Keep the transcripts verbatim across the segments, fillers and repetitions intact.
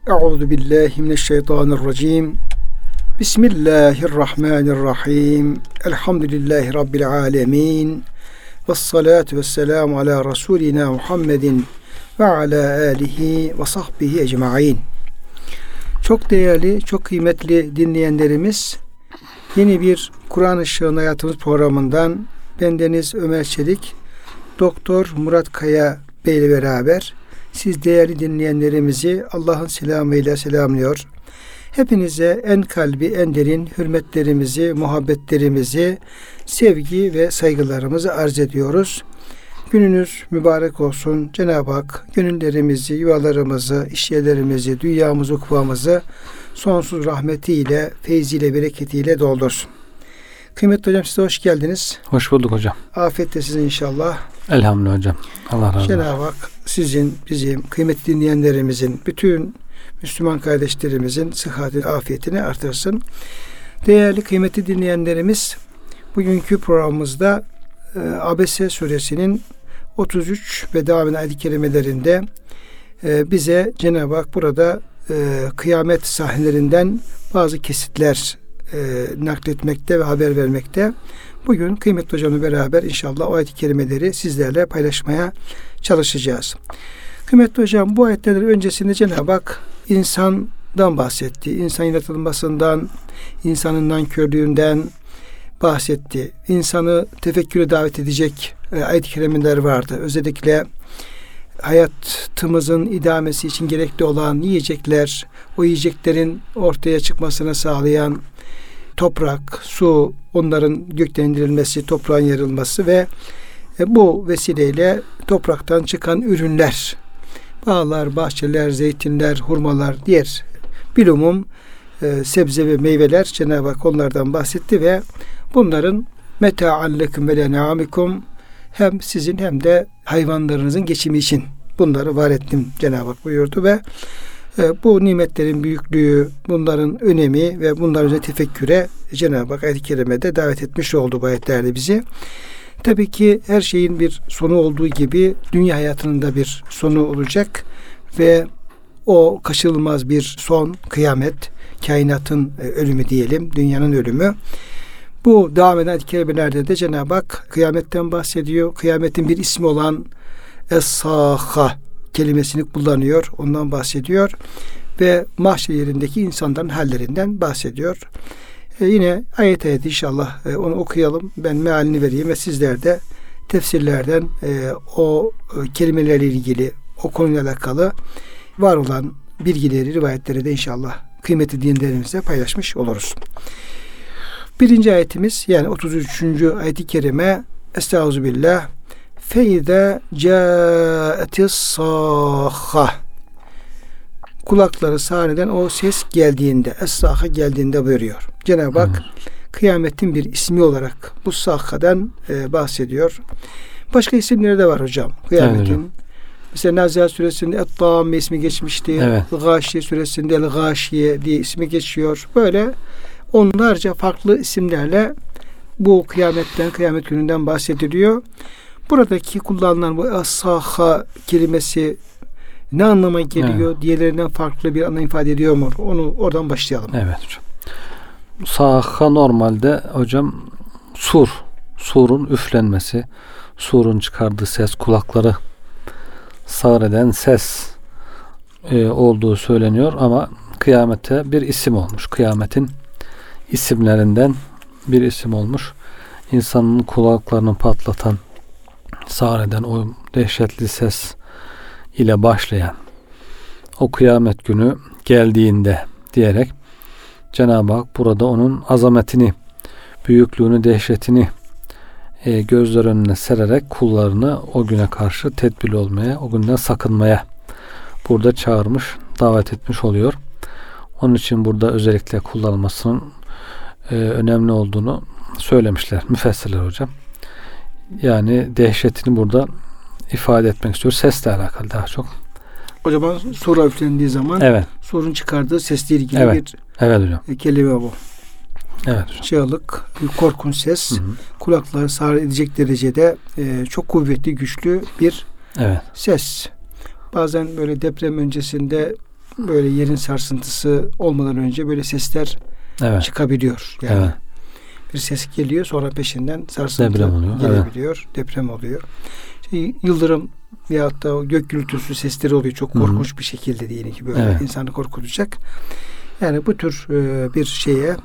Euzu billahi mineşşeytanirracim. Bismillahirrahmanirrahim. Elhamdülillahi Rabbil alemin. Vessalatu vesselamu ala Resulina Muhammedin ve ala alihi ve sahbihi ecmaîn. Çok değerli, çok kıymetli dinleyenlerimiz, yeni bir Kur'an Işığında Hayatımız programından bendeniz Ömer Çelik, Doktor Murat Kaya Bey ile beraber siz değerli dinleyenlerimizi Allah'ın selamıyla selamlıyor. Hepinize en kalbi, en derin hürmetlerimizi, muhabbetlerimizi, sevgi ve saygılarımızı arz ediyoruz. Gününüz mübarek olsun. Cenab-ı Hak gönüllerimizi, yuvalarımızı, işyerlerimizi, dünyamızı, ukvamızı sonsuz rahmetiyle, feyziyle, bereketiyle doldursun. Kıymetli hocam, size hoş geldiniz. Hoş bulduk hocam. Afiyette sizin inşallah. Elhamdülillah hocam. Allah razı olsun. Cenab-ı Hak sizin, bizim, kıymetli dinleyenlerimizin, bütün Müslüman kardeşlerimizin sıhhatini, afiyetini artırsın. Değerli kıymetli dinleyenlerimiz, bugünkü programımızda e, Abese suresinin otuz üç ve devam eden ayet-i kerimelerinde e, bize Cenab-ı Hak burada e, kıyamet sahnelerinden bazı kesitler e, nakletmekte ve haber vermekte. Bugün kıymetli hocamla beraber inşallah o ayet-i kerimeleri sizlerle paylaşmaya çalışacağız. Kıymetli hocam, bu ayetlerin öncesinde Cenab-ı Hak insandan bahsetti. İnsan yaratılmasından, insanın nankörlüğünden bahsetti. İnsanı tefekküre davet edecek e, ayet-i kerimeler vardı. Özellikle hayatımızın idamesi için gerekli olan yiyecekler, o yiyeceklerin ortaya çıkmasını sağlayan toprak, su, onların gökten indirilmesi, toprağın yarılması ve e, bu vesileyle topraktan çıkan ürünler, bağlar, bahçeler, zeytinler, hurmalar, diğer bilumum e, sebze ve meyveler, Cenab-ı Hak onlardan bahsetti ve bunların meta'an lekum ve len'amikum, hem sizin hem de hayvanlarınızın geçimi için bunları var ettim Cenab-ı Hak buyurdu ve e, bu nimetlerin büyüklüğü, bunların önemi ve bunların üzerine tefekküre Cenab-ı Hak ayet-i kerimede davet etmiş oldu bu ayetlerde bizi. Tabii ki her şeyin bir sonu olduğu gibi dünya hayatının da bir sonu olacak ve o kaçınılmaz bir son, kıyamet, kainatın ölümü diyelim, dünyanın ölümü. Bu devam eden ayet-i kerimelerde de Cenab-ı Hak kıyametten bahsediyor. Kıyametin bir ismi olan Es-Sâhha kelimesini kullanıyor, ondan bahsediyor ve mahşer yerindeki insanların hallerinden bahsediyor. Ee, yine ayet ayet inşallah e, onu okuyalım. Ben mealini vereyim ve sizler de tefsirlerden e, o e, kelimelerle ilgili, o konuyla alakalı var olan bilgileri, rivayetleri de inşallah kıymetli dinleyenlerimizle paylaşmış oluruz. Birinci ayetimiz, yani otuz üçüncü ayet-i kerime, Estağfirullah. Feyde câetis sâhha, kulakları sahneden o ses geldiğinde, es-sâhha geldiğinde buyuruyor. Cenab-ı Hak hmm. kıyametin bir ismi olarak bu sâhhadan e, bahsediyor. Başka isimleri de var hocam kıyametin. Evet. Mesela Nazihat suresinde Et-Tâmme ismi geçmişti. Evet. Gâşiye suresinde El-Gâşiye diye ismi geçiyor. Böyle onlarca farklı isimlerle bu kıyametten, kıyamet gününden bahsediliyor. Buradaki kullanılan bu es-sâhha kelimesi ne anlama geliyor? Evet. Diğerlerinden farklı bir anlam ifade ediyor mu? Onu oradan başlayalım. Evet hocam. Sâhha normalde hocam sur. Surun üflenmesi, surun çıkardığı ses, kulakları sağır eden ses e, olduğu söyleniyor ama kıyamete bir isim olmuş. Kıyametin isimlerinden bir isim olmuş. İnsanın kulaklarını patlatan, sağır eden o dehşetli ses ile başlayan o kıyamet günü geldiğinde diyerek Cenab-ı Hak burada onun azametini, büyüklüğünü, dehşetini e, gözler önüne sererek kullarını o güne karşı tedbirli olmaya, o günden sakınmaya burada çağırmış, davet etmiş oluyor. Onun için burada özellikle kullanılmasının e, önemli olduğunu söylemişler müfessirler hocam. Yani dehşetini burada ifade etmek istiyor. Sesle alakalı daha çok. O zaman sura üflendiği zaman evet. surun çıkardığı sesle ilgili evet. bir evet hocam. kelime bu. Evet hocam. Çığlık, bir korkunç ses, hı hı. kulakları sağır edecek derecede e, çok kuvvetli, güçlü bir evet. ses. Bazen böyle deprem öncesinde böyle yerin sarsıntısı olmadan önce böyle sesler evet. çıkabiliyor. Yani evet. bir ses geliyor, sonra peşinden sarsıntı deprem oluyor. gelebiliyor. Evet. Deprem oluyor. İşte yıldırım veyahut da o gök gürültüsü sesleri oluyor. Çok korkunç Hı-hı. bir şekilde diyelim ki böyle evet. insanı korkutacak. Yani bu tür e, bir şeye,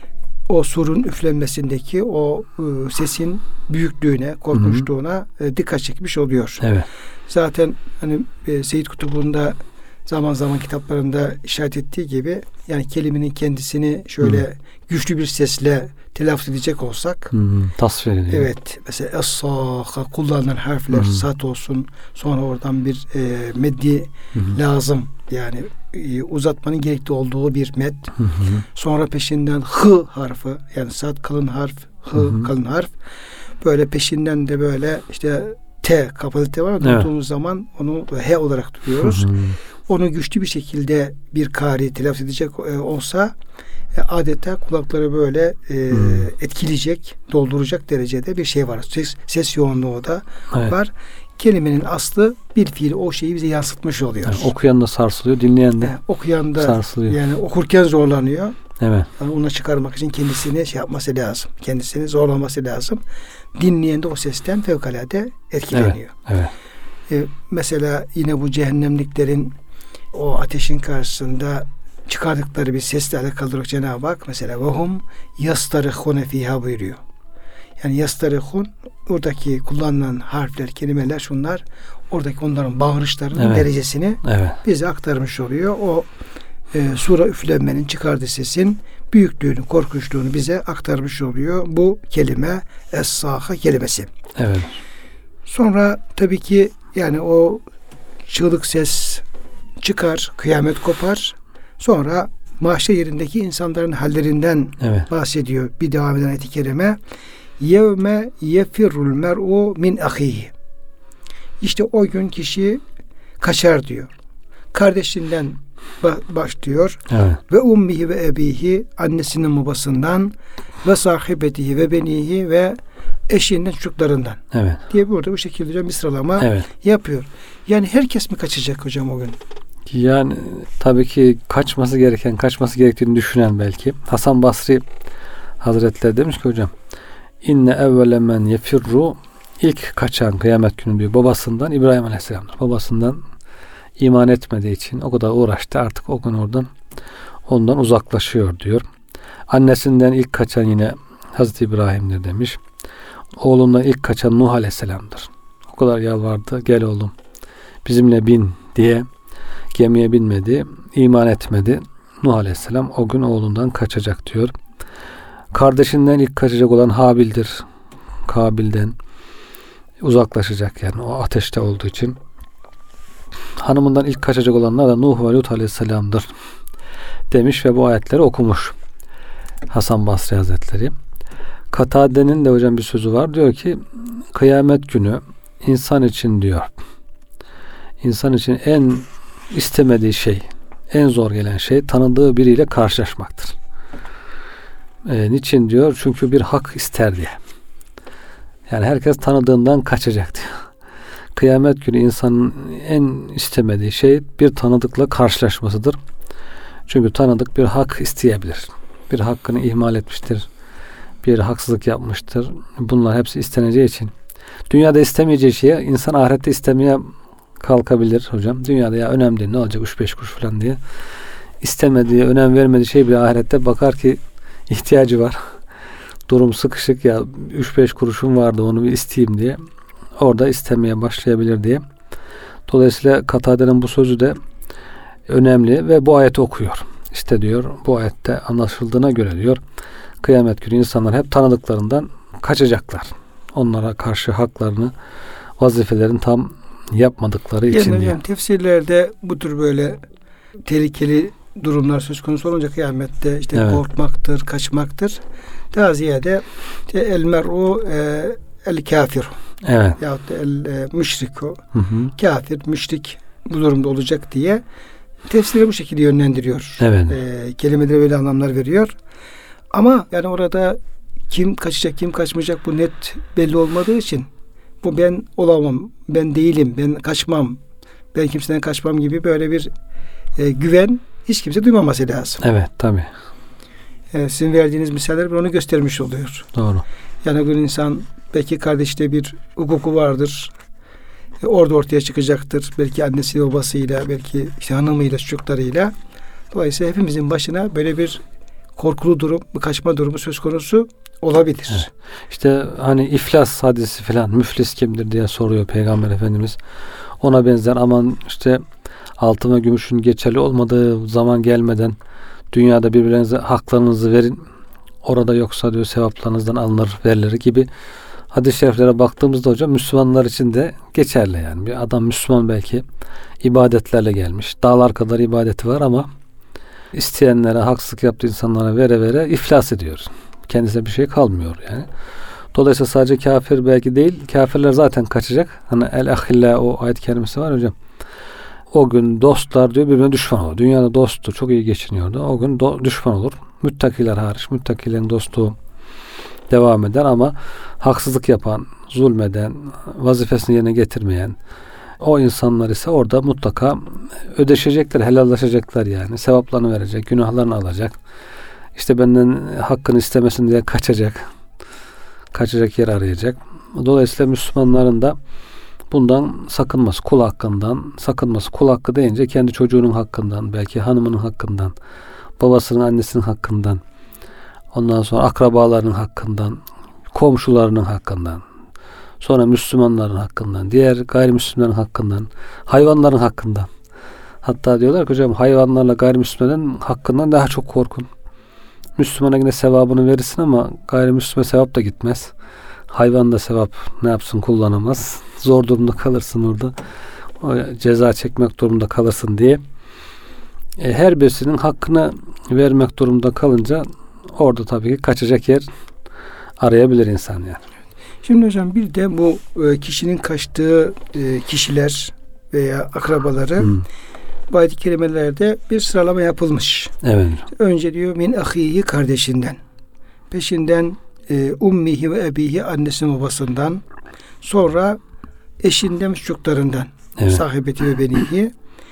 o surun üflenmesindeki o e, sesin büyüklüğüne, korkunçluğuna e, dikkat çekmiş oluyor. Evet. Zaten hani e, Seyyid Kutub'un da zaman zaman kitaplarında işaret ettiği gibi, yani kelimenin kendisini şöyle Hı. güçlü bir sesle telaffuz edecek olsak, hmm, tasvir ediyor. Evet. Mesela es-sâka kullanılan harfler hmm. sat olsun. Sonra oradan bir e, meddi hmm. lazım. Yani e, uzatmanın gerekli olduğu bir med. Hmm. Sonra peşinden hı harfi, yani sat kalın harf, hı hmm. kalın harf. Böyle peşinden de böyle işte T kapalı T var. Duyduğumuz evet. zaman onu H olarak duyuyoruz. Hmm. Onu güçlü bir şekilde bir kari telaffuz edecek e, olsa e, adeta kulakları böyle e, hmm. etkileyecek, dolduracak derecede bir şey var. Ses, ses yoğunluğu da evet. var. Kelimenin aslı bir fiil o şeyi bize yansıtmış oluyor. Yani okuyan da sarsılıyor, dinleyen de yani, okuyan da sarsılıyor. Yani okurken zorlanıyor. Evet. Yani onu çıkarmak için kendisini şey yapması lazım. Kendisini zorlaması lazım. Dinleyen de o sesten fevkalade etkileniyor. Evet. Evet. E, mesela yine bu cehennemliklerin o ateşin karşısında çıkardıkları bir sesle alakalı olarak Cenab-ı Hak mesela vehum yastarihune fiha buyuruyor. Yani yastarihun, oradaki kullanılan harfler, kelimeler şunlar, oradaki onların bağırışlarının evet. derecesini evet. bize aktarmış oluyor. O e, sura üflenmenin çıkardığı sesin büyüklüğünü, korkunçluğunu bize aktarmış oluyor. Bu kelime es-sâha kelimesi. Evet. Sonra tabii ki yani o çığlık ses çıkar, kıyamet kopar. Sonra mahşer yerindeki insanların hallerinden evet. bahsediyor. Bir devam eden ayet-i kerime. Yevme yefirrul mer'u min ahihi. İşte o gün kişi kaçar diyor. Kardeşinden başlıyor. Evet. Ve ummihi ve ebihi, annesinin babasından, ve sahibetihi ve benihi ve eşinden, çocuklarından. Evet. Diye burada bu şekilde bir sıralama evet. yapıyor. Yani herkes mi kaçacak hocam o gün? Yani tabii ki kaçması gereken, kaçması gerektiğini düşünen belki. Hasan Basri Hazretleri demiş ki hocam, inne evvele men yefirru, ilk kaçan kıyamet günü diyor babasından İbrahim Aleyhisselam'dır. Babasından iman etmediği için o kadar uğraştı, artık o gün oradan ondan uzaklaşıyor diyor. Annesinden ilk kaçan yine Hazreti İbrahim'dir demiş. Oğlundan ilk kaçan Nuh Aleyhisselam'dır. O kadar yalvardı, gel oğlum bizimle bin diye, gemiye binmedi, iman etmedi. Nuh Aleyhisselam o gün oğlundan kaçacak diyor. Kardeşinden ilk kaçacak olan Habil'dir. Kabil'den uzaklaşacak, yani o ateşte olduğu için. Hanımından ilk kaçacak olanlar da Nuh ve Lut Aleyhisselam'dır demiş ve bu ayetleri okumuş Hasan Basri Hazretleri. Katade'nin de hocam bir sözü var. Diyor ki kıyamet günü insan için diyor, insan için en istemediği şey, en zor gelen şey tanıdığı biriyle karşılaşmaktır. E, niçin diyor? Çünkü bir hak ister diye. Yani herkes tanıdığından kaçacak diyor. Kıyamet günü insanın en istemediği şey bir tanıdıkla karşılaşmasıdır. Çünkü tanıdık bir hak isteyebilir. Bir hakkını ihmal etmiştir. Bir haksızlık yapmıştır. Bunlar hepsi isteneceği için. Dünyada istemeyeceği şeyi insan ahirette istemeye kalkabilir hocam. Dünyada ya önemli değil, ne olacak üç beş kuruş falan diye. İstemediği, önem vermediği şey bir ahirette bakar ki ihtiyacı var. Durum sıkışık, ya üç beş kuruşum vardı onu bir isteyeyim diye. Orada istemeye başlayabilir diye. Dolayısıyla Katade'nin bu sözü de önemli ve bu ayeti okuyor. İşte diyor bu ayette anlaşıldığına göre diyor kıyamet günü insanlar hep tanıdıklarından kaçacaklar. Onlara karşı haklarını, vazifelerini tam yapmadıkları yani için diyor. Yani tefsirlerde bu tür böyle tehlikeli durumlar söz konusu olunca kıyamette işte evet. korkmaktır, kaçmaktır. Daha ziyade işte el mer'u e, el kafir. Evet. Yahut da el e, müşriku. Hı hı. Kafir, müşrik bu durumda olacak diye tefsiri bu şekilde yönlendiriyor. Evet. E, kelimelere böyle anlamlar veriyor. Ama yani orada kim kaçacak, kim kaçmayacak bu net belli olmadığı için bu ben olamam, ben değilim, ben kaçmam, ben kimseden kaçmam gibi böyle bir e, güven hiç kimse duymaması lazım. Evet, tabii. E, sizin verdiğiniz misaller onu göstermiş oluyor. Doğru. Yani bugün insan belki kardeşte bir hukuku vardır. E, orada ortaya çıkacaktır. Belki annesiyle, babasıyla, belki işte hanımıyla, çocuklarıyla. Dolayısıyla hepimizin başına böyle bir korkulu durum, bir kaçma durumu söz konusu olabilir. Evet. İşte hani iflas hadisi falan, müflis kimdir diye soruyor Peygamber Efendimiz. Ona benzer, aman işte altın ve gümüşün geçerli olmadığı zaman gelmeden dünyada birbirlerinize haklarınızı verin. Orada yoksa diyor sevaplarınızdan alınır, verilir gibi hadis-i şeriflere baktığımızda hocam Müslümanlar için de geçerli yani. Bir adam Müslüman belki ibadetlerle gelmiş. Dağlar kadar ibadeti var ama isteyenlere, haksızlık yaptığı insanlara vere vere iflas ediyor. Kendisine bir şey kalmıyor yani. Dolayısıyla sadece kafir belki değil, kafirler zaten kaçacak. Hani el ahilla, o ayet-i kerimesi var hocam. O gün dostlar diyor birbirine düşman olur. Dünyada dosttu, çok iyi geçiniyordu. O gün do- düşman olur. Müttakiler hariç. Müttakilerin dostluğu devam eder ama haksızlık yapan, zulmeden, vazifesini yerine getirmeyen o insanlar ise orada mutlaka ödeşecekler, helallaşacaklar yani. Sevaplarını verecek, günahlarını alacak. İşte benden hakkını istemesin diye kaçacak. Kaçacak yer arayacak. Dolayısıyla Müslümanların da bundan sakınması, kul hakkından sakınması. Kul hakkı deyince kendi çocuğunun hakkından, belki hanımının hakkından, babasının, annesinin hakkından, ondan sonra akrabalarının hakkından, komşularının hakkından, sonra Müslümanların hakkından, diğer gayrimüslimlerin hakkından, hayvanların hakkından. Hatta diyorlar ki hocam hayvanlarla gayrimüslimlerin hakkından daha çok korkun. Müslümana yine sevabını verirsin ama gayrimüslime sevap da gitmez. Hayvan da sevap ne yapsın, kullanamaz. Zor durumda kalırsın orada. O ceza çekmek durumunda kalırsın diye. E, her birisinin hakkını vermek durumunda kalınca orada tabii ki kaçacak yer arayabilir insan yani. Şimdi hocam bir de bu e, kişinin kaçtığı e, kişiler veya akrabaları hmm. bu ayet-i kerimelerde bir sıralama yapılmış. Evet. Önce diyor min ahihi, kardeşinden. Peşinden e, ummihi ve ebihi, annesinin babasından. Sonra eşinden ve çocuklarından. Evet. Sahibeti ve benihi.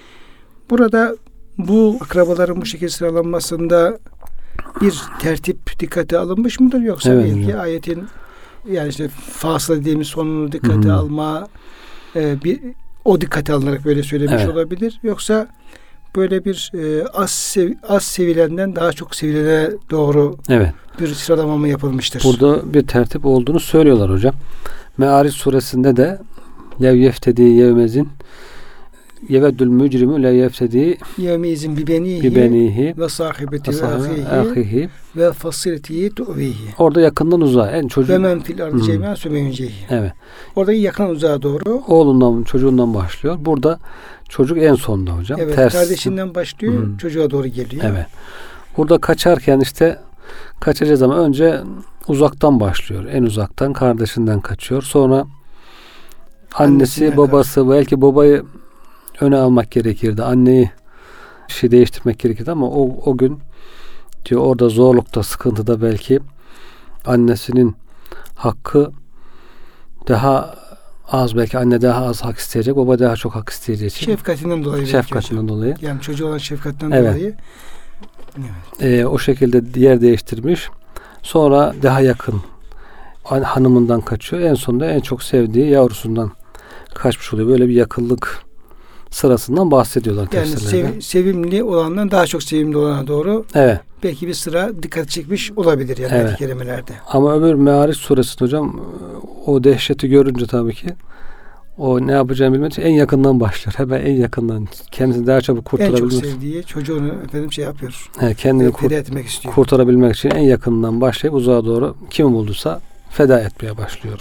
Burada bu akrabaların bu şekilde sıralanmasında bir tertip dikkate alınmış mıdır? Yoksa evet, belki ayetin yani işte fasıl dediğimiz sonunu dikkate hmm. alma e, bir o dikkate alınarak böyle söylemiş evet. olabilir. Yoksa böyle bir e, az sev, az sevilenden daha çok sevilene doğru evet. bir sıralama mı yapılmıştır? Burada bir tertip olduğunu söylüyorlar hocam. Me'ariç suresinde de lev yeftedi yevmezin yeveddül mücrimü le yeftedi yevmezin bibenihi, bibenihi ve sahibeti ve ahihi, ahihi ve fasiletihi tuvihi. Orada yakından uzağa, en çocuğu. Ve men fil ardı cemiyen sömeyüncehi. Evet. Orada yakın uzağa doğru. Oğlundan, çocuğundan başlıyor. Burada çocuk en sonda hocam. Evet. Ters. Kardeşinden başlıyor, Hı-hı. çocuğa doğru geliyor. Evet. Burada kaçarken işte kaçacağız ama önce uzaktan başlıyor. En uzaktan kardeşinden kaçıyor. Sonra annesi, Annesinden babası, karşı. Belki babayı öne almak gerekirdi. Anneyi şey değiştirmek gerekirdi ama o o gün diyor orada zorlukta, sıkıntıda belki annesinin hakkı daha az, belki anne daha az hak isteyecek, baba daha çok hak isteyecek. Şefkatinden dolayı. Şefkatinden dolayı. Yani çocuğu olan şefkatinden evet. dolayı. Evet. Ee, o şekilde yer değiştirmiş. Sonra daha yakın hanımından kaçıyor. En sonunda en çok sevdiği yavrusundan kaçmış oluyor. Böyle bir yakınlık sırasından bahsediyorlar. Yani sev, sevimli olandan daha çok sevimli olana doğru. Evet. Belki bir sıra dikkat çekmiş olabilir yani evet. kelimelerde. Ama öbür Me'ariç suresinde hocam o dehşeti görünce tabii ki o ne yapacağını bilmek için en yakından başlıyor. Hemen en yakından. Kendisini daha çabuk kurtarabilmek. En çok sevdiği çocuğunu efendim şey yapıyor. Evet, kendini kurt- etmek istiyor. kurtarabilmek için en yakından başlayıp uzağa doğru kimi bulduysa feda etmeye başlıyor.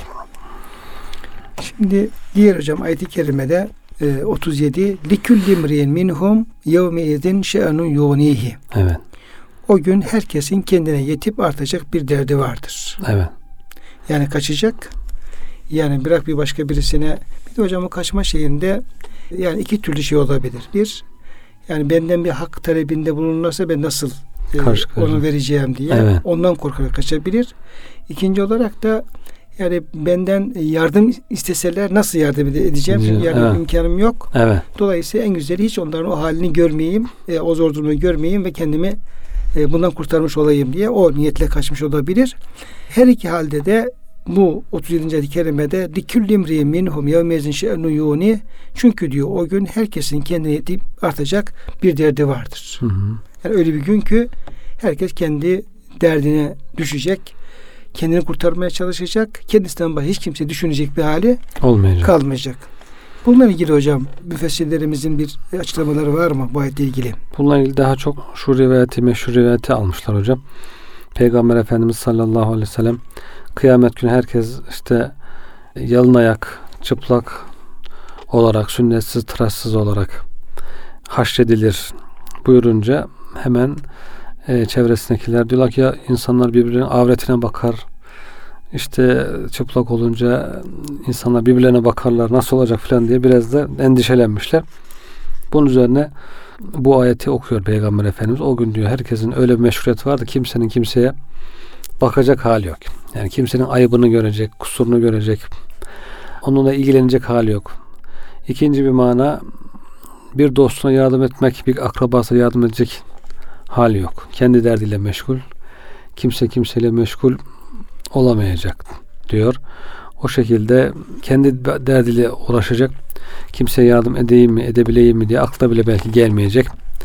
Şimdi diğer hocam ayet-i kerimede e, otuz yedi likulli imri'in minhum yevme izin şe'nun yunihi. Evet. O gün herkesin kendine yetip artacak bir derdi vardır. Evet. Yani kaçacak. Yani bırak bir başka birisine. Bir de hocam o kaçma şeyinde yani iki türlü şey olabilir. Bir, yani benden bir hak talebinde bulunursa ben nasıl e, onu vereceğim diye evet. ondan korkarak kaçabilir. İkinci olarak da Yani benden yardım isteseler nasıl yardım edeceğim? Çünkü yardım evet. imkanım yok. Evet. Dolayısıyla en güzeli hiç onların o halini görmeyeyim, e, o zor durumu görmeyeyim ve kendimi e, bundan kurtarmış olayım diye o niyetle kaçmış olabilir. Her iki halde de bu otuz yedinci ayet-i kerimede likülli imri'in minhum yevmezin şe'nu yuni, çünkü diyor o gün herkesin kendine yetip artacak bir derdi vardır. Hı hı. Yani öyle bir gün ki herkes kendi derdine düşecek, kendini kurtarmaya çalışacak, kendisinden başka hiç kimse düşünecek bir hali olmayacak, kalmayacak. Bununla ilgili hocam müfessirlerimizin bir açıklamaları var mı bu ayetle ilgili? Bununla ilgili daha çok şu rivayeti, meşhur rivayeti almışlar hocam. Peygamber Efendimiz sallallahu aleyhi ve sellem kıyamet günü herkes işte yalın ayak, çıplak olarak, sünnetsiz, tıraşsız olarak haşredilir buyurunca hemen e, çevresindekiler diyorlar ki ya insanlar birbirinin avretine bakar, işte çıplak olunca insanlar birbirlerine bakarlar, nasıl olacak falan diye biraz da endişelenmişler. Bunun üzerine bu ayeti okuyor Peygamber Efendimiz. O gün diyor herkesin öyle bir meşruiyeti vardı, kimsenin kimseye bakacak hali yok. Yani kimsenin ayıbını görecek, kusurunu görecek, onunla ilgilenecek hali yok. İkinci bir mana, bir dostuna yardım etmek, bir akrabasına yardım edecek hali yok. Kendi derdiyle meşgul. Kimse kimseyle meşgul olamayacak diyor. O şekilde kendi derdiyle uğraşacak. Kimseye yardım edeyim mi, edebileyim mi diye aklına bile belki gelmeyecek.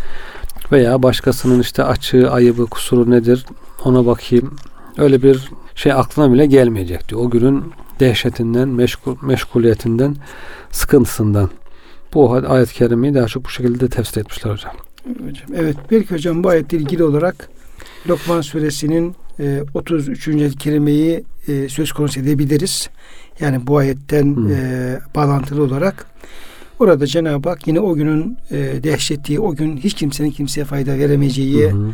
Veya başkasının işte açığı, ayıbı, kusuru nedir ona bakayım. Öyle bir şey aklına bile gelmeyecek diyor. O günün dehşetinden, meşgul, meşguliyetinden, sıkıntısından. Bu ayet-i kerimeyi daha çok bu şekilde tefsir etmişler hocam. Hocam, evet, belki hocam bu ayetle ilgili olarak Lokman suresinin e, otuz üçüncü ayet-i kerimeyi e, söz konusu edebiliriz. Yani bu ayetten hmm. e, bağlantılı olarak orada Cenab-ı Hak yine o günün e, dehşetliği, o gün hiç kimsenin kimseye fayda veremeyeceğini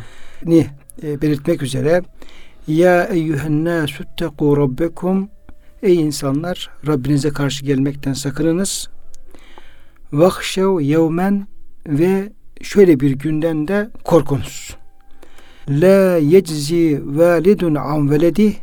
e, belirtmek üzere ya eyyühennâsüttekû rabbekum, ey insanlar Rabbinize karşı gelmekten sakınınız. Vahşev yevmen, ve şöyle bir günden de korkunuz. La yeczi validun an veledi,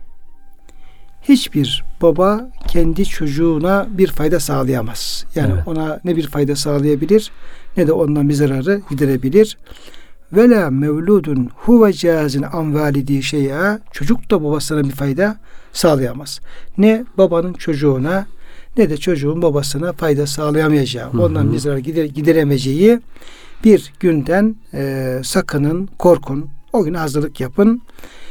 hiçbir baba kendi çocuğuna bir fayda sağlayamaz. Yani evet. ona ne bir fayda sağlayabilir ne de ondan bir zararı giderebilir. Ve la mevludun huve cazin an validi şey'a, çocuk da babasına bir fayda sağlayamaz. Ne babanın çocuğuna ne de çocuğun babasına fayda sağlayamayacağı, hı hı. ondan bir zarar gider, gideremeyeceği bir günden e, sakının, korkun. O gün hazırlık yapın.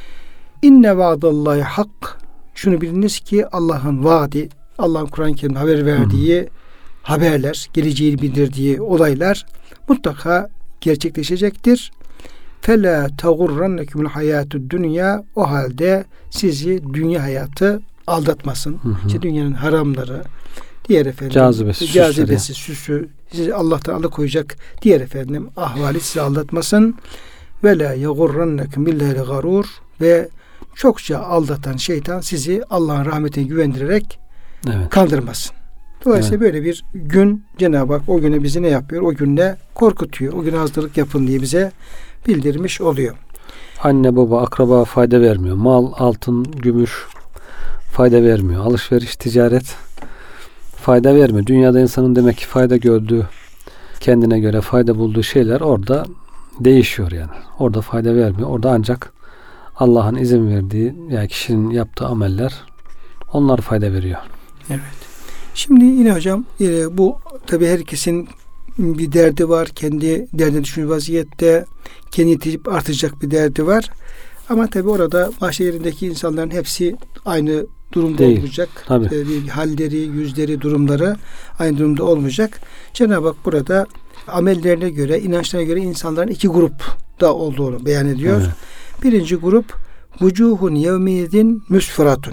İnne vaadallahi hak. Şunu biliniz ki Allah'ın vaadi, Allah'ın Kur'an-ı Kerim'de haber verdiği hı. haberler, geleceğini bildirdiği olaylar mutlaka gerçekleşecektir. Fela tagurrannekumul hayatud dünya, o halde sizi dünya hayatı aldatmasın. Hı hı. İşte dünyanın haramları, diğer efendim cazibesi, cazibesi süsü sizi Allah'tan alıkoyacak, diğer efendim ahvali sizi aldatmasın. Ve la yagurrannekum billahi garur, ve çokça aldatan şeytan sizi Allah'ın rahmetine güvendirerek evet. kandırmasın. Dolayısıyla evet. böyle bir gün Cenab-ı Hak o güne bizi ne yapıyor? O günde korkutuyor. O güne hazırlık yapın diye bize bildirmiş oluyor. Anne baba, akraba fayda vermiyor. Mal, altın, gümüş fayda vermiyor. Alışveriş, ticaret fayda vermiyor. Dünyada insanın demek ki fayda gördüğü, kendine göre fayda bulduğu şeyler orada değişiyor yani. Orada fayda vermiyor. Orada ancak Allah'ın izin verdiği, yani kişinin yaptığı ameller, onlar fayda veriyor. Evet. Şimdi yine hocam yine bu tabii herkesin bir derdi var. Kendi derdini düşünür vaziyette, kendi yetişip artacak bir derdi var. Ama tabii orada mahşer yerindeki insanların hepsi aynı durumda değil. Olmayacak. Ee, bir halleri, yüzleri, durumları aynı durumda olmayacak. Cenab-ı Hak burada amellerine göre, inançlarına göre insanların iki grupta olduğunu beyan ediyor. Evet. Birinci grup vucuhun yevmiyedin müsfiratun.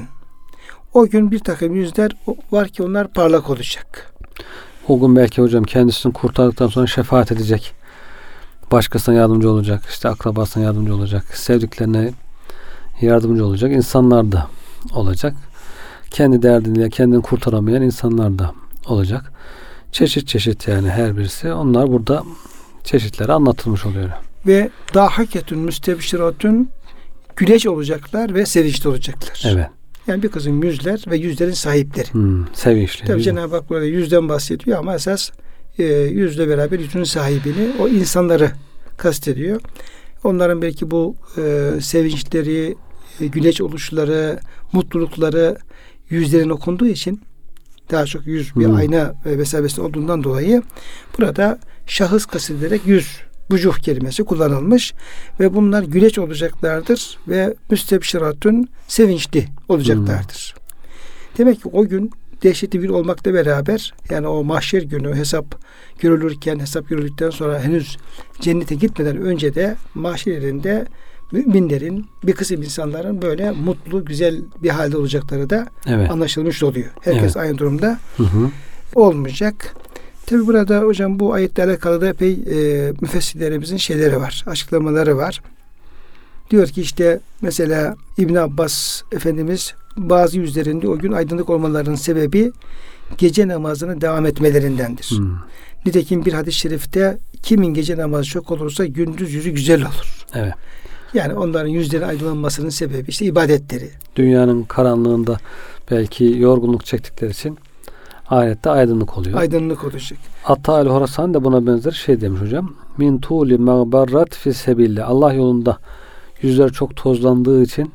O gün bir takım yüzler var ki onlar parlak olacak. O gün belki hocam kendisini kurtardıktan sonra şefaat edecek. Başkasına yardımcı olacak. İşte akrabasına yardımcı olacak. Sevdiklerine yardımcı olacak. İnsanlar da olacak. Kendi derdini, kendini kurtaramayan insanlar da olacak. Çeşit çeşit yani her birisi. Onlar burada çeşitleri anlatılmış oluyor. Ve dahaketun müstebşiratun, güleç olacaklar ve sevinçli olacaklar. Evet. Yani bir kısım yüzler ve yüzlerin sahipleri. Hmm, sevinçli. Tabii Cenab-ı Hak burada yüzden bahsediyor ama esas e, yüzle beraber yüzün sahibini, o insanları kastediyor. Onların belki bu e, sevinçleri, e, güneş oluşları, mutlulukları yüzlerin okunduğu için, daha çok yüz bir hmm. ayna e, vesabesi olduğundan dolayı burada şahıs kastedilerek yüz, vucuh kelimesi kullanılmış ve bunlar güleç olacaklardır ve müstebşiratun, sevinçli olacaklardır. Hmm. Demek ki o gün dehşetli bir olmakla beraber, yani o mahşer günü hesap görülürken, hesap görüldükten sonra henüz cennete gitmeden önce de mahşer yerinde müminlerin, bir kısım insanların böyle mutlu, güzel bir halde olacakları da evet. anlaşılmış oluyor. Herkes evet. aynı durumda hı hı. olmayacak. Tabi burada hocam bu ayetle alakalı da epey e, müfessirlerimizin şeyleri var, açıklamaları var. Diyor ki işte mesela İbn Abbas Efendimiz bazı yüzlerinde o gün aydınlık olmalarının sebebi gece namazına devam etmelerindendir. Hmm. Nitekim bir hadis-i şerifte kimin gece namazı çok olursa gündüz yüzü güzel olur. Evet. Yani onların yüzleri aydınlanmasının sebebi işte ibadetleri. Dünyanın karanlığında belki yorgunluk çektikleri için ahirette aydınlık oluyor. Aydınlık olacak. Atta el-Horasan da buna benzer şey demiş hocam. Min tuli mağbarrat fi sebillah. Allah yolunda yüzler çok tozlandığı için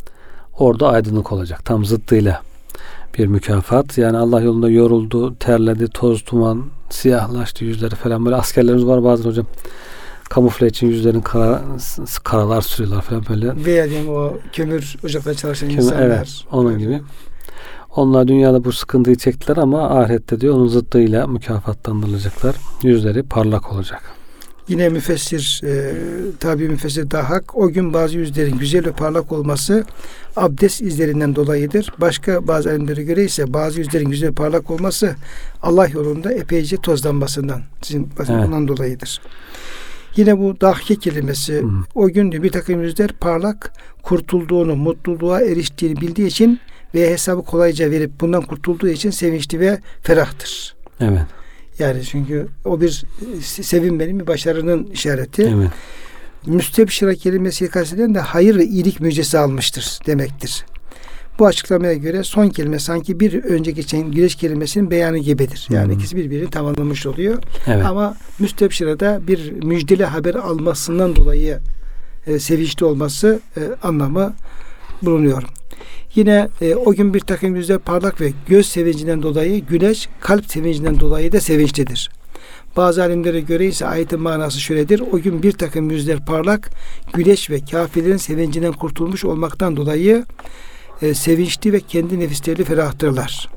orada aydınlık olacak. Tam zıttıyla bir mükafat. Yani Allah yolunda yoruldu, terledi, toz, duman, siyahlaştı yüzleri falan. Böyle askerlerimiz var bazen hocam. Kamufle için yüzlerin kara, karalar sürüyorlar falan böyle. Veya diyeyim o kömür ocakta çalışan kömür, insanlar. Evet, onun gibi. Onlar dünyada bu sıkıntıyı çektiler ama ahirette diyor onun zıttıyla mükafatlandırılacaklar. Yüzleri parlak olacak. Yine müfessir, e, tabi müfessir Dahak, o gün bazı yüzlerin güzel ve parlak olması abdest izlerinden dolayıdır. Başka bazı alimlere göre ise bazı yüzlerin güzel ve parlak olması Allah yolunda epeyce tozlanmasından, sizin ondan evet. dolayıdır. Yine bu dahke kelimesi, hmm. o gün bir takım yüzler parlak, kurtulduğunu, mutluluğa eriştiğini bildiği için ve hesabı kolayca verip bundan kurtulduğu için sevinçli ve ferahtır. Evet. Yani çünkü o bir sevinmenin, bir başarının işareti. Evet. Müstebşira kelimesi kastedilen de hayır ve iyilik müjdesi almıştır demektir. Bu açıklamaya göre son kelime sanki bir önce geçen güneş kelimesinin beyanı gibidir. Yani hmm. ikisi birbirini tamamlamış oluyor. Evet. Ama müstebşirada bir müjdeli haber almasından dolayı e, sevinçli olması e, anlamı bulunuyor. Yine e, o gün bir takım yüzler parlak ve göz sevincinden dolayı, güneş kalp sevincinden dolayı da sevinçlidir. Bazı alimlere göre ise ayetin manası şöyledir. O gün bir takım yüzler parlak, güneş ve kafirlerin sevincinden kurtulmuş olmaktan dolayı e, sevinçli ve kendi nefisleriyle ferahtırlar.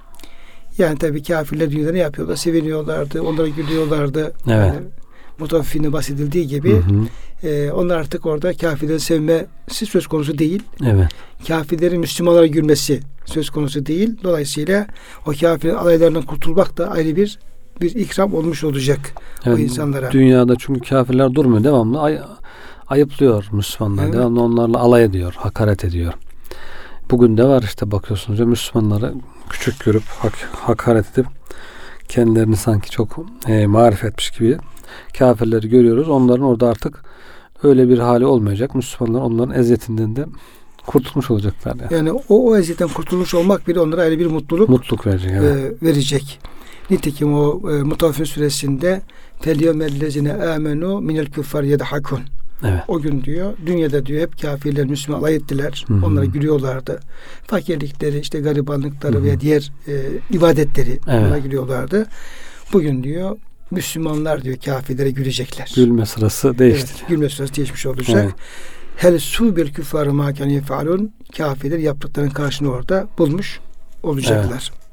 Yani tabii kafirler dünyada ne yapıyorlar? Seviniyorlardı, onlara gülüyorlardı. Evet. Yani, Mutaffifine bahsedildiği gibi hı hı. E, onlar artık orada kafirleri sevmesi söz konusu değil. Evet. Kafirlerin Müslümanlara gülmesi söz konusu değil. Dolayısıyla o kafirlerin alaylarından kurtulmak da ayrı bir bir ikram olmuş olacak evet, o insanlara. Dünyada çünkü kafirler durmuyor. Devamlı ay, ayıplıyor Müslümanlar. Evet. Devamlı onlarla alay ediyor, hakaret ediyor. Bugün de var işte bakıyorsunuz ya, Müslümanları küçük görüp hak, hakaret edip kendilerini sanki çok e, marifetmiş gibi kafirleri görüyoruz. Onların orada artık öyle bir hali olmayacak. Müslümanlar onların eziyetinden de kurtulmuş olacaklar. Yani, yani o, o eziyetten kurtulmuş olmak bile onlara ayrı bir mutluluk, mutluluk verecek. Evet. E, verecek. Nitekim o e, Mutaffifin suresinde فَلْيَوْمَ amenu minel küffar yedhakun. Evet. O gün diyor, dünyada diyor hep kafirler Müslüman alay ettiler. Hı-hı. Onlara gülüyorlardı. Fakirlikleri, işte garibanlıkları Hı-hı. veya diğer e, ibadetleri evet. ona gülüyorlardı. Bugün diyor Müslümanlar diyor kafirlere gülecekler. Gülme sırası değişti. Evet, gülme sırası değişmiş olacak. Hel su bir küffarı ma kan yefalun, kafirler yaptıklarının karşılığını orada bulmuş olacaklar. Evet.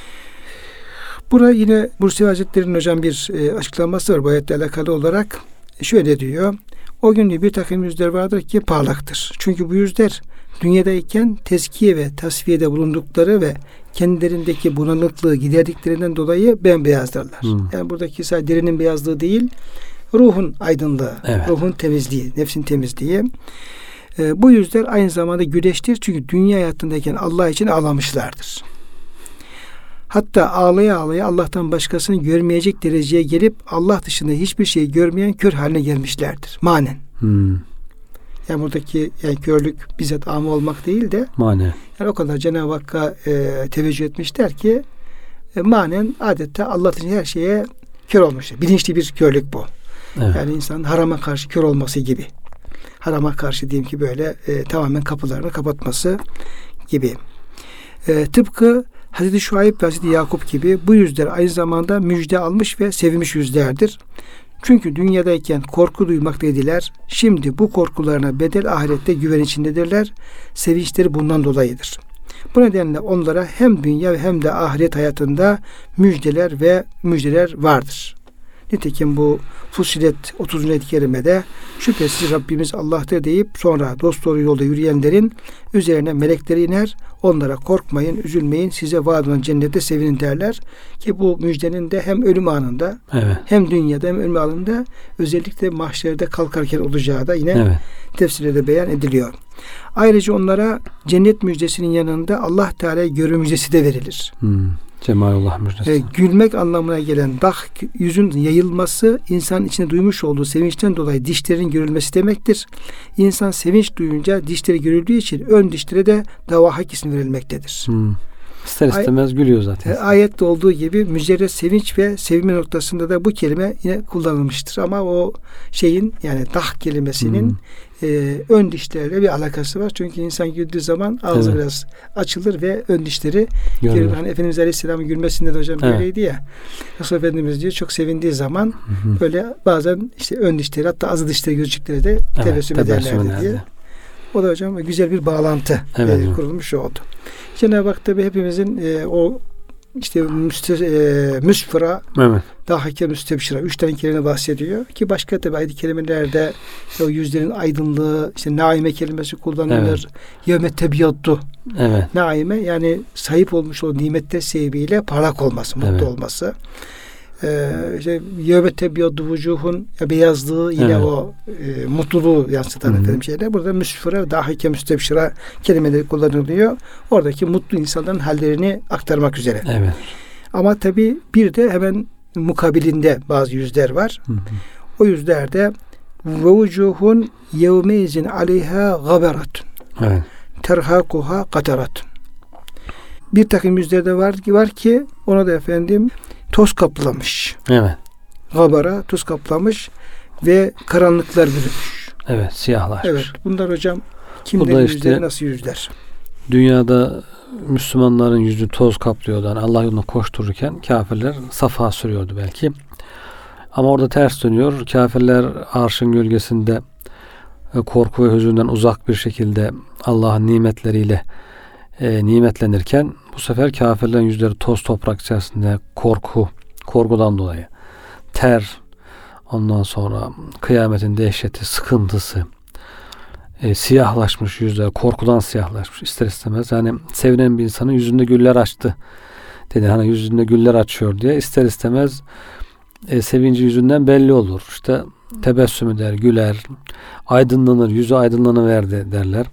Burada yine Bursevi Hazretleri'nin hocam bir e, açıklaması var bu ayetle alakalı olarak. Şöyle diyor. O gün bir takım yüzler vardır ki parlaktır. Çünkü bu yüzler dünyadayken tezkiye ve tasfiyede bulundukları ve kendilerindeki bulanıklığı giderdiklerinden dolayı bembeyazlarlar. Hmm. Yani buradaki sadece derinin beyazlığı değil, ruhun aydınlığı, evet. ruhun temizliği, nefsin temizliği. Ee, bu yüzler aynı zamanda güneştir. Çünkü dünya hayatındayken Allah için ağlamışlardır. Hatta ağlaya ağlaya Allah'tan başkasını görmeyecek dereceye gelip Allah dışında hiçbir şey görmeyen kör haline gelmişlerdir. Manen. Hmm. Yani buradaki yani körlük bizzat ama olmak değil de Mane. yani o kadar Cenab-ı Hakk'a e, teveccüh etmişler ki e, manen adeta Allah için her şeye kör olmuşlar. Bilinçli bir körlük bu. Evet. Yani insanın harama karşı kör olması gibi. Harama karşı diyeyim ki böyle e, tamamen kapılarını kapatması gibi. E, tıpkı Hazreti Şuayb ve Hazreti Yakup gibi bu yüzler aynı zamanda müjde almış ve sevinmiş yüzlerdir. Çünkü dünyadayken korku duymaktaydılar. Şimdi bu korkularına bedel ahirette güven içindedirler. Sevinçleri bundan dolayıdır. Bu nedenle onlara hem dünya hem de ahiret hayatında müjdeler ve müjdeler vardır. Nitekim bu Fussilet otuzuncu ayet-i kerimede şüphesiz Rabbimiz Allah'tır deyip sonra dosdoğru yolda yürüyenlerin üzerine melekleri iner. Onlara korkmayın, üzülmeyin, size vaat edilen cennette sevinin derler. Ki bu müjdenin de hem ölüm anında evet. hem dünyada hem ölüm anında özellikle mahşerde kalkarken olacağı da yine evet. tefsirde beyan ediliyor. Ayrıca onlara cennet müjdesinin yanında Allah Teala görü müjdesi de verilir. Hmm. Cemalullah müjdesi. E, gülmek anlamına gelen dah, yüzün yayılması, insan içinde duymuş olduğu sevinçten dolayı dişlerin görülmesi demektir. İnsan sevinç duyunca dişleri görüldüğü için ön dişlere de davahak ismi verilmektedir. Hmm. İster istemez Ay, gülüyor zaten. E, ayette olduğu gibi mücerret sevinç ve sevme noktasında da bu kelime yine kullanılmıştır. Ama o şeyin yani dah kelimesinin hmm. e, ön dişlerle bir alakası var. Çünkü insan güldüğü zaman ağzı evet. biraz açılır ve ön dişleri görülür. Hani Efendimiz Aleyhisselam'ın gülmesinde de hocam evet. böyleydi ya. Resulullah Efendimiz diyor çok sevindiği zaman hı-hı. böyle bazen işte ön dişleri hatta azı dişleri gözcükleri de evet, tebessüm ederlerdi diye. O da hocam güzel bir bağlantı evet, e, kurulmuş oldu. Cenab-ı Hak tabi hepimizin e, o işte müste, e, müsfıra evet. daha hakem müstebşira üç tane kelime bahsediyor ki başka tabi ayet-i kerimelerde işte o yüzlerin aydınlığı işte naime kelimesi kullanılır. Evet. Yevme tebiyyaddu. Evet. Naime yani sahip olmuş o nimetler sebebiyle parlak olması, mutlu evet. olması. Ee, işte yevme tebiyyaddu vucuhun beyazlığı yine evet. o e, mutluluğu yansıtan Hı-hı. efendim şeyler. Burada müsfıra, dahike, müstebşira kelimeleri kullanılıyor. Oradaki mutlu insanların hallerini aktarmak üzere. Evet. Ama tabi bir de hemen mukabilinde bazı yüzler var. Hı-hı. O yüzlerde ve vucuhun yevmeizin aleyha gaberatun. Evet. Terhakuha kataratun. Bir takım yüzlerde var ki var ki ona da efendim toz kaplamış. Evet. Gabara toz kaplamış ve karanlıklar bürümüş. Evet, siyahlaşmış. Evet. Bunlar hocam kimlerin işte, yüzleri nasıl yüzler? Dünyada Müslümanların yüzü toz kaplıyordu. Yani Allah yoluna koştururken kafirler safa sürüyordu belki. Ama orada ters dönüyor. Kafirler arşın gölgesinde korku ve hüzünden uzak bir şekilde Allah'ın nimetleriyle e, nimetlenirken bu sefer kafirlerin yüzleri toz toprak içerisinde korku, korkudan dolayı ter, ondan sonra kıyametin dehşeti, sıkıntısı, e, siyahlaşmış yüzler, korkudan siyahlaşmış ister istemez. Yani sevilen bir insanın yüzünde güller açtı dedi. Hani yüzünde güller açıyor diye ister istemez e, sevinci yüzünden belli olur. İşte tebessüm eder, güler, aydınlanır, yüzü aydınlanıverdi derler.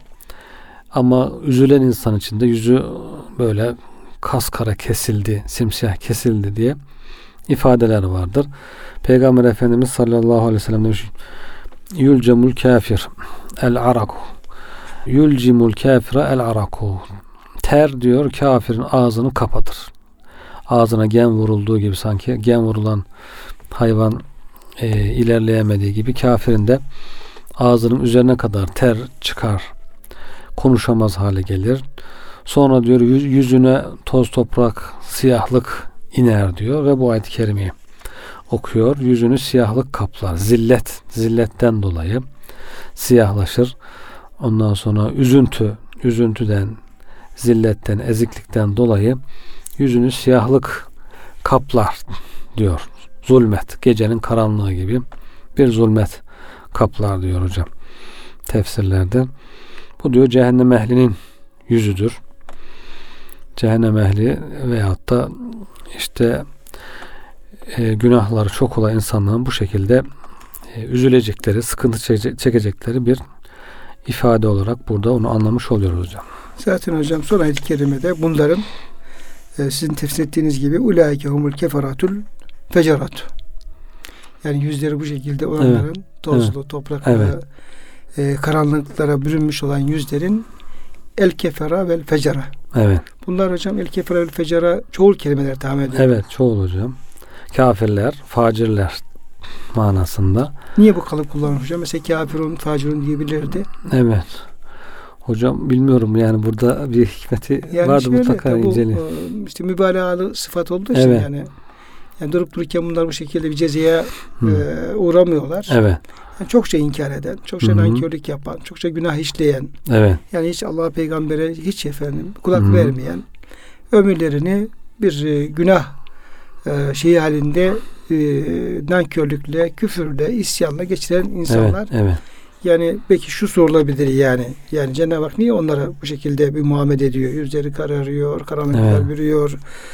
Ama üzülen insan için de yüzü böyle kaskara kesildi, simsiyah kesildi diye ifadeler vardır. Peygamber Efendimiz sallallahu aleyhi ve sellem demiş: Yulcemul kafir el araku. Yulcimul kafire el araku. Ter diyor kafirin ağzını kapatır. Ağzına gen vurulduğu gibi sanki gen vurulan hayvan e, ilerleyemediği gibi kafirin de ağzının üzerine kadar ter çıkar. Konuşamaz hale gelir. Sonra diyor yüzüne toz toprak siyahlık iner diyor ve bu ayet-i kerimeyi okuyor. Yüzünü siyahlık kaplar. Zillet, zilletten dolayı siyahlaşır. Ondan sonra üzüntü, üzüntüden, zilletten, eziklikten dolayı yüzünü siyahlık kaplar diyor. Zulmet, gecenin karanlığı gibi bir zulmet kaplar diyor hocam tefsirlerde. Bu diyor cehennem ehlinin yüzüdür. Cehennem ehli veyahut da işte e, günahları çok olan insanların bu şekilde e, üzülecekleri, sıkıntı çekecekleri bir ifade olarak burada onu anlamış oluyoruz hocam. Zaten hocam son ayet-i kerimede bunların e, sizin tefsir ettiğiniz gibi ulaike humul kefaratul fecerat. Yani yüzleri bu şekilde olanların evet. tozlu, evet. topraklı, evet. e, karanlıklara bürünmüş olan yüzlerin el kefera vel fecera. Evet. Bunlar hocam el kefera vel fecera çoğul kelimeler tahmin ediyor. Evet, çoğul hocam. Kafirler, facirler manasında. Niye bu kalıp kullanılmış hocam? Mesela kafirun, facirun diyebilirdi. Evet. Hocam bilmiyorum yani burada bir hikmeti yani vardı şöyle, mutlaka inceleyin. İşte mübalağalı sıfat olduğu için evet. yani, yani durup dururken bunlar bu şekilde bir cezaya e, uğramıyorlar. Evet. Yani çokça inkar eden, çokça nankörlük yapan, çokça günah işleyen, evet. yani hiç Allah'a peygambere hiç efendim kulak Hı-hı. vermeyen, ömürlerini bir e, günah e, şeyi halinde e, nankörlükle, küfürle, isyanla geçiren insanlar. Evet, evet. Yani belki şu sorulabilir yani. Yani Cenab-ı Hak niye onlara bu şekilde bir muamele ediyor? Yüzleri kararıyor, karanlıklar evet. bürüyor.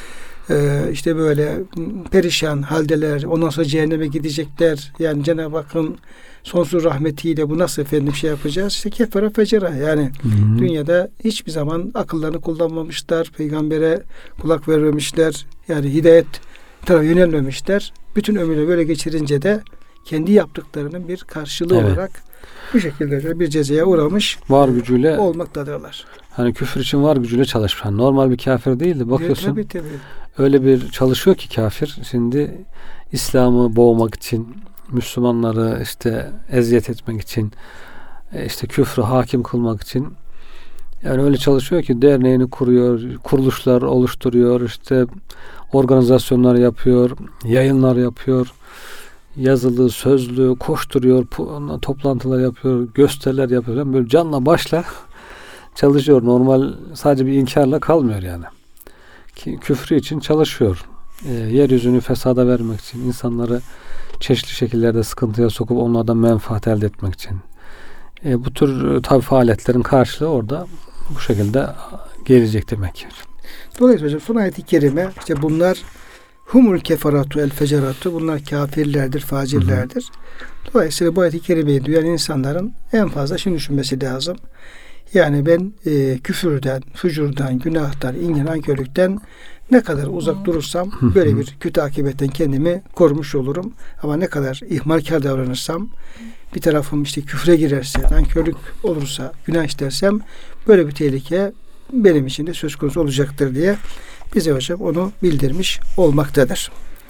Ee, işte böyle perişan haldeler. Ondan sonra cehenneme gidecekler. Yani Cenab-ı Hakk'ın sonsuz rahmetiyle bu nasıl efendim şey yapacağız? İşte kefere fecera. Yani Hı-hı. dünyada hiçbir zaman akıllarını kullanmamışlar. Peygambere kulak vermemişler. Yani hidayet tarafa yönelmemişler. Bütün ömrünü böyle geçirince de kendi yaptıklarının bir karşılığı evet. olarak bu şekilde bir cezaya uğramış var gücüyle olmaktadırlar. Hani küfür için var gücüyle çalışmış. Yani normal bir kafir değil de bakıyorsun. Tabii, tabii. Öyle bir çalışıyor ki kafir. Şimdi İslam'ı boğmak için, Müslümanları işte eziyet etmek için, işte küfrü hakim kılmak için yani öyle çalışıyor ki derneğini kuruyor, kuruluşlar oluşturuyor, işte organizasyonlar yapıyor, yayınlar yapıyor. Yazılı, sözlü, koşturuyor, toplantılar yapıyor, gösteriler yapıyor. Böyle canla başla çalışıyor. Normal sadece bir inkarla kalmıyor yani. Ki küfrü için çalışıyor. E, yeryüzünü fesada vermek için, insanları çeşitli şekillerde sıkıntıya sokup onlardan menfaat elde etmek için. E, bu tür tabi faaliyetlerin karşılığı orada bu şekilde gelecek demek ki. Dolayısıyla hocam son ayet-i kerime işte bunlar humul keferatu el feceratu, bunlar kafirlerdir, facirlerdir. Hı hı. Dolayısıyla bu ayet-i kerimeyi duyan insanların en fazla şunu düşünmesi lazım. Yani ben e, küfürden, fücurdan, günahtan, ince nankörlükten ne kadar uzak durursam hı hı. böyle bir kötü akibetten kendimi korumuş olurum. Ama ne kadar ihmalkar davranırsam, bir tarafım işte küfre girerse, nankörlük olursa, günah işlersem böyle bir tehlike benim için de söz konusu olacaktır diye bize hocam onu bildirmiş olmaktadır.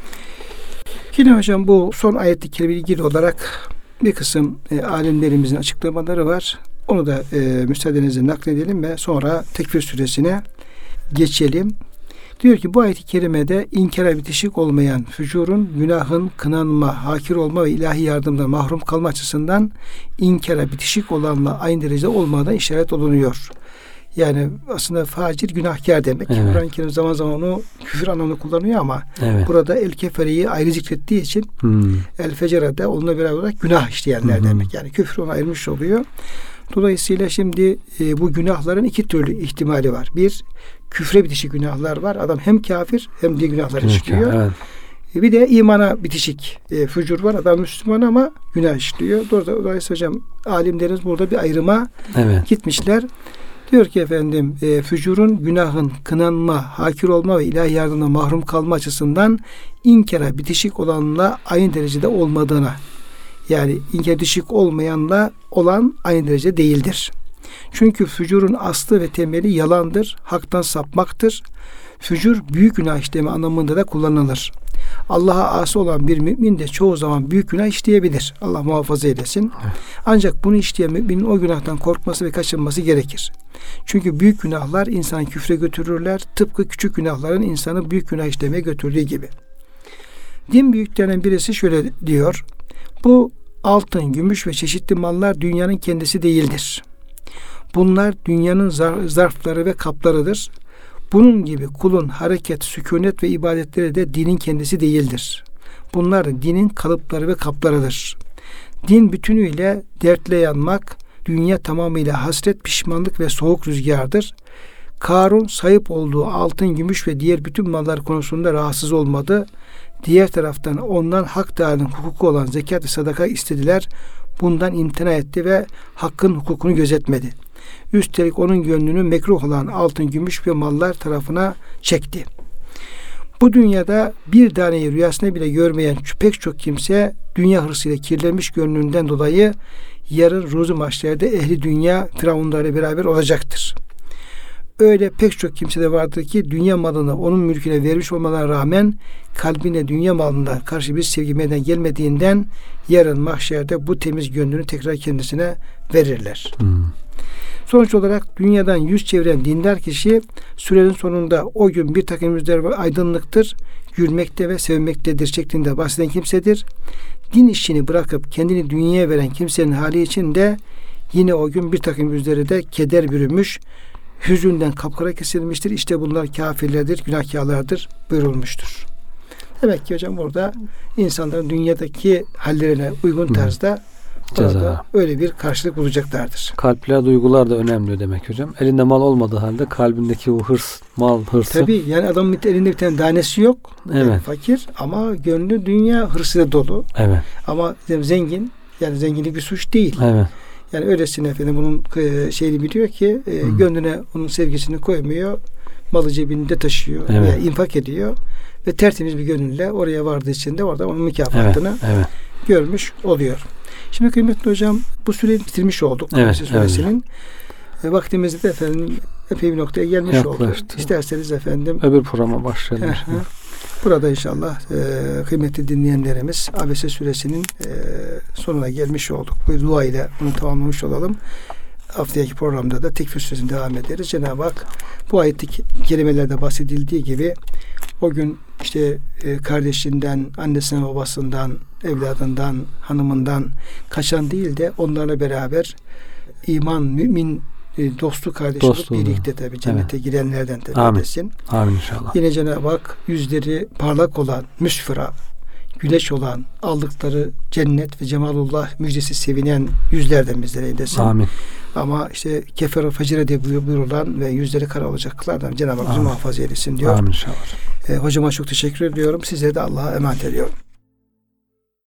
Yine hocam bu son ayet-i kerime ilgili olarak bir kısım e, alimlerimizin açıklamaları var. Onu da e, müsaadenizle nakledelim ve sonra Tekvir suresine geçelim. Diyor ki bu ayet-i kerimede inkara bitişik olmayan fücurun, günahın kınanma, hakir olma ve ilahi yardımdan mahrum kalma açısından inkara bitişik olanla aynı derecede olmadan işaret olunuyor. Yani aslında facir günahkar demek. Evet. Kur'an-ı Kerim zaman zaman onu küfür anlamında kullanıyor ama evet. burada el kefereyi ayrı zikrettiği için hmm. el fecerede onunla beraber olarak günah işleyenler hmm. demek. Yani küfür onu ayırmış oluyor. Dolayısıyla şimdi e, bu günahların iki türlü ihtimali var. Bir, küfre bitişik günahlar var. Adam hem kafir hem de günahlar işliyor. Evet. E, bir de imana bitişik e, fücur var. Adam Müslüman ama günah işliyor. Dolayısıyla hocam alimlerimiz burada bir ayrıma evet. gitmişler. Diyor ki efendim e, fücurun, günahın kınanma, hakir olma ve ilahi yardımdan mahrum kalma açısından inkara bitişik olanla aynı derecede olmadığına, yani inkara bitişik olmayanla olan aynı derece değildir. Çünkü fücurun aslı ve temeli yalandır, haktan sapmaktır. Fücur büyük günah işleme anlamında da kullanılır. Allah'a asi olan bir mümin de çoğu zaman büyük günah işleyebilir. Allah muhafaza eylesin. Ancak bunu işleyen müminin o günahtan korkması ve kaçınması gerekir. Çünkü büyük günahlar insanı küfre götürürler. Tıpkı küçük günahların insanı büyük günah işlemeye götürdüğü gibi. Din büyüklerinden birisi şöyle diyor. Bu altın, gümüş ve çeşitli mallar dünyanın kendisi değildir. Bunlar dünyanın zar- zarfları ve kaplarıdır. Bunun gibi kulun hareket, sükunet ve ibadetleri de dinin kendisi değildir. Bunlar dinin kalıpları ve kaplarıdır. Din bütünüyle dertle yanmak, dünya tamamıyla hasret, pişmanlık ve soğuk rüzgardır. Karun sahip olduğu altın, gümüş ve diğer bütün mallar konusunda rahatsız olmadı. Diğer taraftan ondan Hak Teâlâ'nın hukuku olan zekat ve sadaka istediler. Bundan imtina etti ve hakkın hukukunu gözetmedi. Üstelik onun gönlünü mekruh olan altın, gümüş ve mallar tarafına çekti. Bu dünyada bir taneyi rüyasında bile görmeyen pek çok kimse dünya hırsıyla kirlenmiş gönlünden dolayı yarın ruzu mahşerde ehli dünya firavunlarla beraber olacaktır. Öyle pek çok kimse de vardır ki dünya malını onun mülküne vermiş olmalarına rağmen kalbine dünya malına karşı bir sevgi meydana gelmediğinden yarın mahşerde bu temiz gönlünü tekrar kendisine verirler. Hmm. Sonuç olarak dünyadan yüz çeviren dindar kişi sürenin sonunda o gün bir takım yüzler ve aydınlıktır, gülmekte ve sevmektedir şeklinde bahseden kimsedir. Din işini bırakıp kendini dünyaya veren kimsenin hali için de yine o gün bir takım yüzleri de keder bürümüş, hüzünden kapkara kesilmiştir. İşte bunlar kafirlerdir, günahkarlardır buyurulmuştur. Demek ki hocam burada insanların dünyadaki hallerine uygun tarzda orada öyle bir karşılık bulacaklardır. Kalpler, duygular da önemli demek hocam. Elinde mal olmadığı halde kalbindeki o hırs, mal hırsı. Tabii yani adamın elinde bir tane tanesi yok. Evet. Yani fakir ama gönlü dünya hırsıyla dolu. Evet. Ama zengin, yani zenginlik bir suç değil. Evet. Yani öylesine efendim bunun şeyini biliyor ki e, gönlüne onun sevgisini koymuyor. Malı cebinde taşıyor. Evet. Veya infak ediyor. Ve tertemiz bir gönülle oraya vardığı için de orada onun mükafatını evet, evet. görmüş oluyor. Şimdi kıymetli hocam bu süreyi bitirmiş olduk. Evet, Suresinin. Evet. E, vaktimizde de efendim epey bir noktaya gelmiş Yaklaştı. olduk. İsterseniz efendim öbür programa başlayalım. Burada inşallah e, kıymetli dinleyenlerimiz Abese Suresinin e, sonuna gelmiş olduk. Bu dua ile bunu tamamlamış olalım. Haftaki programda da Tekfir Suresi'ne devam ederiz. Cenab-ı Hak bu ayet-i kelimelerde bahsedildiği gibi o gün işte e, kardeşinden, annesinden, babasından, evladından, hanımından kaçan değil de onlarla beraber iman, mümin e, dostu kardeş olup birlikte tabi cennete evet. girenlerden tabi edesin. Amin inşallah. Yine Cenab-ı Hak yüzleri parlak olan, müsfira, güneş olan, aldıkları cennet ve cemalullah müjdesi sevinen yüzlerden bizlere eylesin. Amin. Ama işte kefer-i fecire diye buyurulan ve yüzleri kara olacaklardan Cenab-ı Hak bizi muhafaza eylesin diyor. Amin inşallah. E, hocama çok teşekkür ediyorum. Size de Allah'a emanet ediyorum.